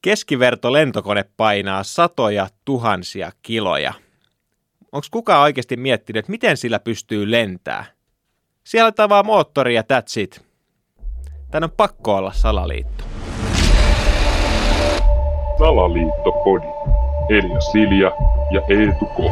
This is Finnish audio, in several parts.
Keskiverto lentokone painaa satoja tuhansia kiloja. Onko kukaan oikeasti miettinyt, että miten sillä pystyy lentämään? Siellä on vaan moottori ja that's it. Tän on pakko olla salaliitto. Salaliittopodi. Elia Silja ja Eetu K.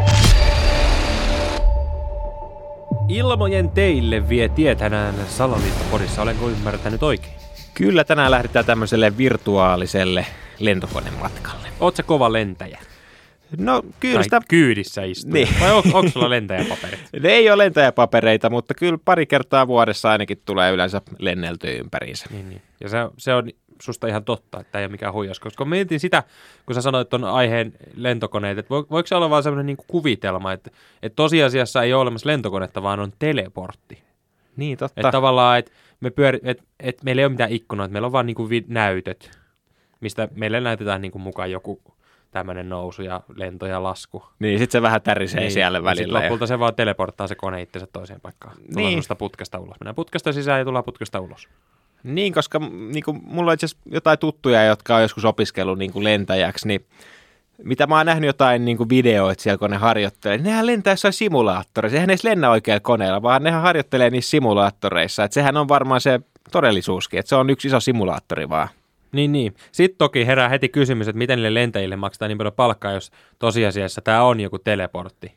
Ilmojen teille vie tie tänään Salaliittopodissa. Olenko ymmärtänyt oikein? Kyllä tänään lähdetään tämmöiselle virtuaaliselle lentokonematkalle. Oot sä kova lentäjä? No kyllä sitä... kyydissä istuu. Niin. Vai onko sulla lentäjäpaperit? Ne ei ole lentäjäpapereita, mutta kyllä pari kertaa vuodessa ainakin tulee yleensä lenneltyä ympäriinsä. Niin. Ja se on susta ihan totta, että ei ole mikään huijaus. Koska mietin sitä, kun sä sanoit tuon aiheen lentokoneet, että voiko se olla vaan semmoinen niin kuin kuvitelma, että tosiasiassa ei ole olemassa lentokonetta, vaan on teleportti. Niin, totta. Että tavallaan, että meillä ei ole mitään ikkunoita, meillä on vaan niin kuin näytöt, mistä meille näytetään niin kuin mukaan joku tämmöinen nousu ja lento ja lasku. Niin, sitten se vähän tärisee niin, siellä välillä. Sitten lopulta se vaan teleporttaa se kone itsensä toiseen paikkaan. Tullaan semmoista putkesta ulos. Mennään putkesta sisään ja tullaan putkesta ulos. Niin, koska niin kuin, mulla on itse asiassa jotain tuttuja, jotka on joskus opiskellut niin kuin lentäjäksi, niin mitä mä oon nähnyt jotain niin kuin videoita siellä, kun ne harjoittelee, niin nehän lentää jossain simulaattoreissa. Eihän ne edes lennä oikealla koneella, vaan nehän harjoittelee niissä simulaattoreissa. Että sehän on varmaan se todellisuuskin, että se on yksi iso simulaattori vaan. Niin. Sitten toki herää heti kysymys, että miten niille lentäjille maksetaan niin paljon palkkaa, jos tosiasiassa tämä on joku teleportti.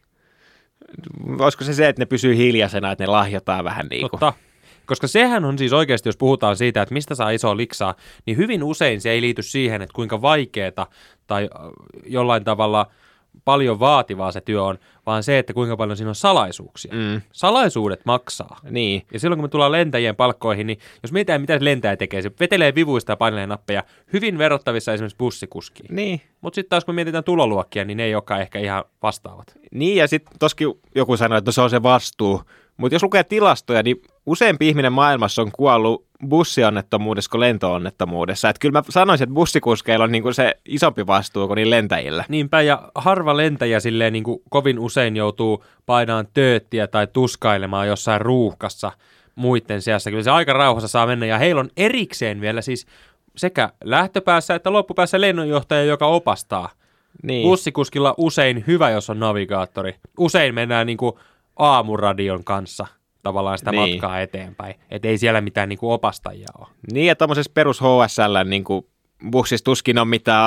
Olisiko se, että ne pysyy hiljaisena, että ne lahjotaan vähän niin kuin? Totta. Koska sehän on siis oikeasti, jos puhutaan siitä, että mistä saa isoa liksaa, niin hyvin usein se ei liity siihen, että kuinka vaikeaa tai jollain tavalla paljon vaativaa se työ on, vaan se, että kuinka paljon siinä on salaisuuksia. Salaisuudet maksaa. Niin. Ja silloin, kun me tullaan lentäjien palkkoihin, niin jos mietitään, mitä se lentäjä tekee, se vetelee vivuista ja painelee nappeja, hyvin verrattavissa esimerkiksi bussikuskiin. Niin. Mutta sitten taas, kun mietitään tuloluokkia, niin ne ei olekaan ehkä ihan vastaavat. Niin, ja sitten toskin joku sanoi, että se on se vastuu. Mutta jos lukee tilastoja, niin useampi ihminen maailmassa on kuollut bussionnettomuudessa kuin lentoonnettomuudessa. Että kyllä mä sanoisin, että bussikuskeilla on niinku se isompi vastuu kuin niin lentäjillä. Niinpä, ja harva lentäjä silleen niinku kovin usein joutuu painaan tööttiä tai tuskailemaan jossain ruuhkassa muiden seassa. Kyllä se aika rauhassa saa mennä, ja heillä on erikseen vielä siis sekä lähtöpäässä että loppupäässä lennonjohtaja, joka opastaa. Niin. Bussikuskilla usein hyvä, jos on navigaattori. Usein mennään niinku aamuradion kanssa tavallaan sitä matkaa eteenpäin. Että ei siellä mitään niinku opastajia ole. Niin, ja tuommoisessa perus HSL niinku bussissa tuskin on mitään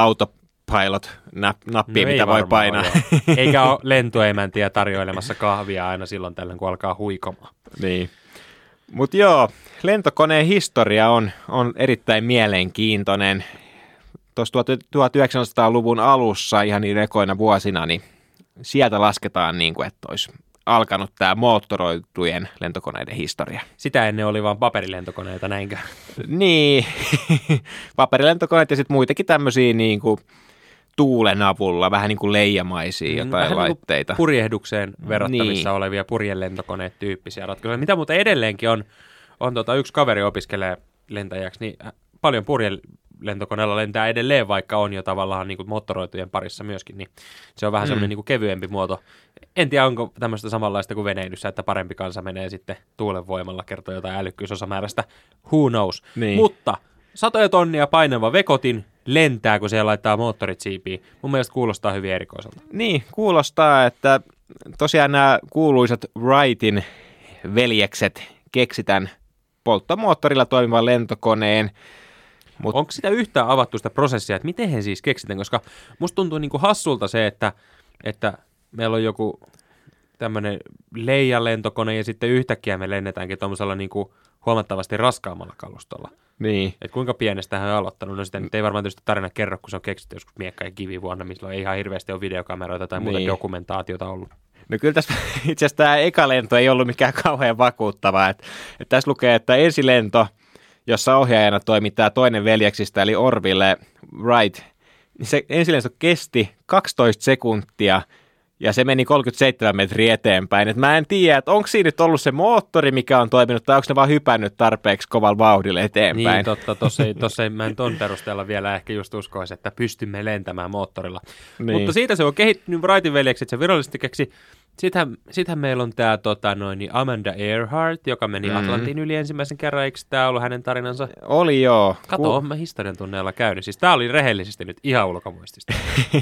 autopilot-nappia, mitä voi painaa. Eikä ole lentoemäntiä tarjoilemassa kahvia aina silloin tällöin, kun alkaa huikomaan. Niin. Mutta joo, lentokoneen historia on erittäin mielenkiintoinen. Tuossa 1900-luvun alussa, ihan niin ekoina vuosina, niin sieltä lasketaan, niin kuin, että olisi alkanut tämä moottoroitujen lentokoneiden historia. Sitä ennen oli vaan paperilentokoneita, näinkö? Niin, paperilentokoneet ja sitten muitakin tämmöisiä niin kuin tuulen avulla, vähän niin kuin leijamaisia jotain vähän laitteita. Niin purjehdukseen verrattavissa olevia purjelentokoneet tyyppisiä ratkaisuja. Mitä muuten edelleenkin on yksi kaveri opiskelee lentäjäksi, niin paljon purjelentokoneella lentää edelleen, vaikka on jo tavallaan niin kuin moottoroitujen parissa myöskin, niin se on vähän semmoinen niin kuin kevyempi muoto. En tiedä, onko tämmöistä samanlaista kuin veneilyssä, että parempi kansa menee sitten tuulen voimalla, kertoo jotain älykkyysosamäärästä. Who knows? Niin. Mutta 100 tonnia painava vekotin lentää, kun siellä laittaa moottorit siipiin. Mun mielestä kuulostaa hyvin erikoiselta. Niin, kuulostaa, että tosiaan nämä kuuluisat Wrightin veljekset keksitään polttomoottorilla toimivan lentokoneen. Onko sitä yhtään avattu sitä prosessia, että miten he siis keksitään? Koska musta tuntuu niin kuin hassulta se, että meillä on joku tämmöinen leijalentokone ja sitten yhtäkkiä me lennetäänkin tuollaisella niin kuin huomattavasti raskaammalla kalustolla. Niin. Että kuinka pienestä hän on aloittanut? No sitä nyt ei varmaan tietysti tarina kerro, kun se on keksitty joskus miekka- ja kivivuonna, missä ei ihan hirveästi ole videokameroita tai muuta dokumentaatiota ollut. No kyllä tässä itse asiassa tämä eka lento ei ollut mikään kauhean vakuuttava. Että tässä lukee, että ensilento, jossa ohjaajana toimi tämä toinen veljeksistä, eli Orville Wright, niin se ensilento kesti 12 sekuntia, ja se meni 37 metriä eteenpäin. Et mä en tiedä, että onko siinä nyt ollut se moottori, mikä on toiminut, tai onko ne vaan hypännyt tarpeeksi kovalla vauhdilla eteenpäin. Niin, totta. Tossa ei mä en ton perusteella vielä ehkä just uskoisi, että pystymme lentämään moottorilla. Niin. Mutta siitä se on kehittynyt Wrightin veljekset, se virallisesti keksi Sittenhän meillä on tämä Amanda Earhart, joka meni Atlantin yli ensimmäisen kerran. Eikö tämä ollut hänen tarinansa? Oli joo. Kato, mä historian tunneilla käynyt. Siis tämä oli rehellisesti nyt ihan ulkomuistista.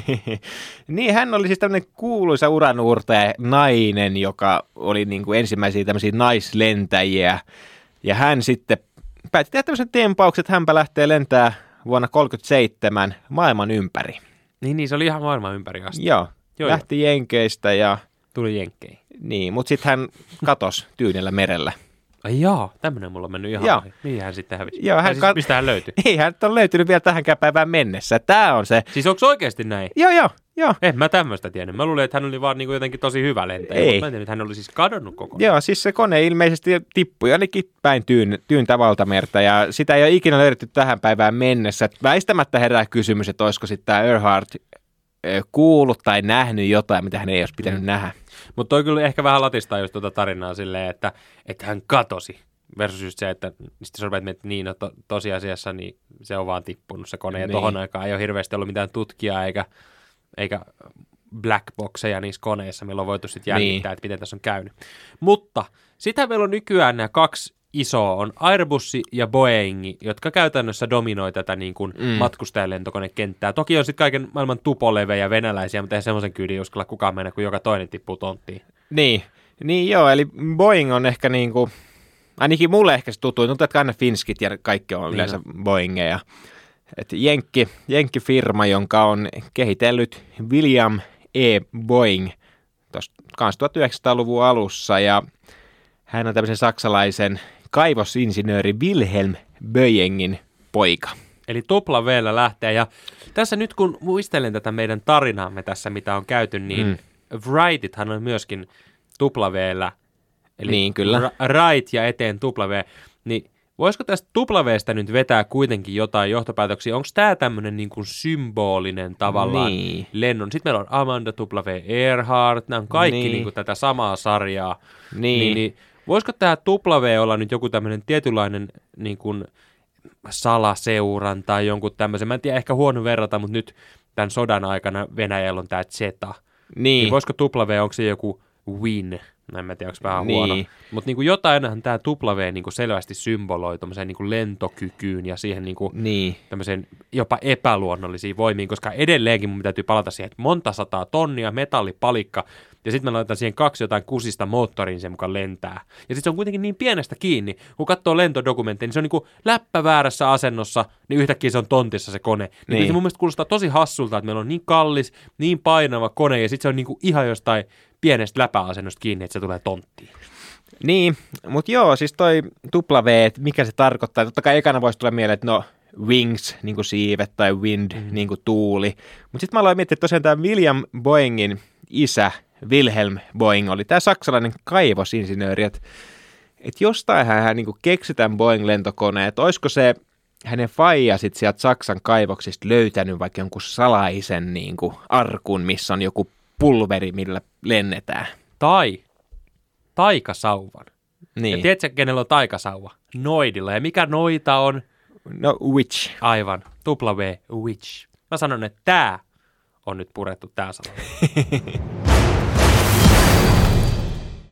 Niin, hän oli siis tämmöinen kuuluisa uranuurtaja nainen, joka oli niin kuin ensimmäisiä tämmöisiä naislentäjiä. Ja hän sitten päätti tehdä tämmöisen tempauksen, että hänpä lähtee lentää vuonna 1937 maailman ympäri. Niin, se oli ihan maailman ympäri asti. Joo, lähti Jenkeistä ja... Tuli Jenkkeihin. Niin, mutta sitten hän katosi Tyynellä merellä. Ai jaa, tämmöinen mulla on mennyt ihan ohi. Mihin hän sitten hävisi? Joo, mistä hän löytyi? Ei, hän on löytynyt vielä tähänkään päivään mennessä. Tämä on se. Siis onko oikeasti näin? Joo. En mä tämmöistä tiennyt. Mä luulin, että hän oli vaan niin kuin jotenkin tosi hyvä lentäjä. Ei. Mä en tiennyt, että hän oli siis kadonnut kokonaan. Joo, siis se kone ilmeisesti tippui ainakin päin tyyntä valtamerta ja sitä ei ole ikinä löydetty tähän päivään mennessä. Et väistämättä herää kysymys, että olisiko sitten tämä Earhart kuullut tai nähnyt jotain, mitä hän ei olisi pitänyt nähdä. Mutta toi kyllä ehkä vähän latistaa just tuota tarinaa silleen, että hän katosi. Versus just se, että sitten sä rupeat, että niin, no tosiasiassa niin se on vaan tippunut se kone. Ja tohon aikaan ei ole hirveästi ollut mitään tutkijaa eikä blackboxeja niissä koneissa, millä on voitu sitten jännittää, että miten tässä on käynyt. Mutta sitä meillä on nykyään nämä kaksi isoa, on Airbus ja Boeing, jotka käytännössä dominoi tätä niin kuin matkustajalentokonekenttää. Toki on sitten kaiken maailman tupolevejä venäläisiä, mutta ei semmoisen kyydin uskalla kukaan mennä, kun joka toinen tippuu tonttiin. Niin joo, eli Boeing on ehkä niin kuin, ainakin mulle ehkä se tuttu, tuntuu, että aina Finskit ja kaikki on yleensä Boeingeja. Et Jenkki-firma, jonka on kehitellyt William E. Boeing tuossa 1900-luvun alussa, ja hän on tämmöisen saksalaisen kaivosinsinööri Wilhelm Boeingin poika. Eli tupla V:llä lähtee, ja tässä nyt kun muistelen tätä meidän tarinaamme tässä, mitä on käyty, niin Wrightithan on myöskin tupla V:llä, eli niin, kyllä. Wright ja eteen tupla V, niin voisiko tästä tupla V:stä nyt vetää kuitenkin jotain johtopäätöksiä? Onko tämä tämmöinen niin kuin symbolinen tavallaan lennon? Sitten meillä on Amanda W. Earhart, nämä on kaikki niin kuin tätä samaa sarjaa. Niin, voisiko tämä W olla nyt joku tämmöinen tietynlainen niin kuin salaseuran tai jonkun tämmöisen? Mä en tiedä, ehkä huono verrata, mutta nyt tämän sodan aikana Venäjällä on tämä Zeta. Niin voisiko W, onko se joku win? En mä tiedä, onko vähän huono. Mutta niinku jotainhan tämä W niinku selvästi symboloi tommoseen niinku lentokykyyn ja siihen niinku tämmöiseen jopa epäluonnollisiin voimiin, koska edelleenkin mun täytyy palata siihen, että monta sataa tonnia metallipalikka, ja sitten mä laitan siihen 2 jotain kusista moottoriin sen mukaan lentää. Ja sitten se on kuitenkin niin pienestä kiinni, kun katsoo lentodokumentteja, niin se on niinku läppä väärässä asennossa, niin yhtäkkiä se on tontissa se kone. Niin se mun mielestä kuulostaa tosi hassulta, että meillä on niin kallis, niin painava kone, ja sitten se on niinku ihan jostain pienestä läpäasennosta kiinni, että se tulee tonttiin. Niin, mutta joo, siis toi W, mikä se tarkoittaa? Totta kai ekana voisi tulla mieleen, että no wings, niin kuin siivet, tai wind, niin kuin tuuli. Mutta sitten mä aloin miettiä, että tosiaan tämä William Boeingin isä, Wilhelm Boeing, oli tämä saksalainen kaivosinsinööri, että jostain hän niin kuin keksi tämän Boeing-lentokoneen, että olisiko se hänen faija sitten sieltä Saksan kaivoksista löytänyt vaikka jonkun salaisen niin kuin arkun, missä on joku pulveri, millä lennetään. Tai taikasauvan. Niin. Ja tiedätkö, kenellä on taikasauva? Noidilla. Ja mikä noita on? No, witch. Aivan. W, witch. Mä sanon, että tää on nyt purettu tää sana.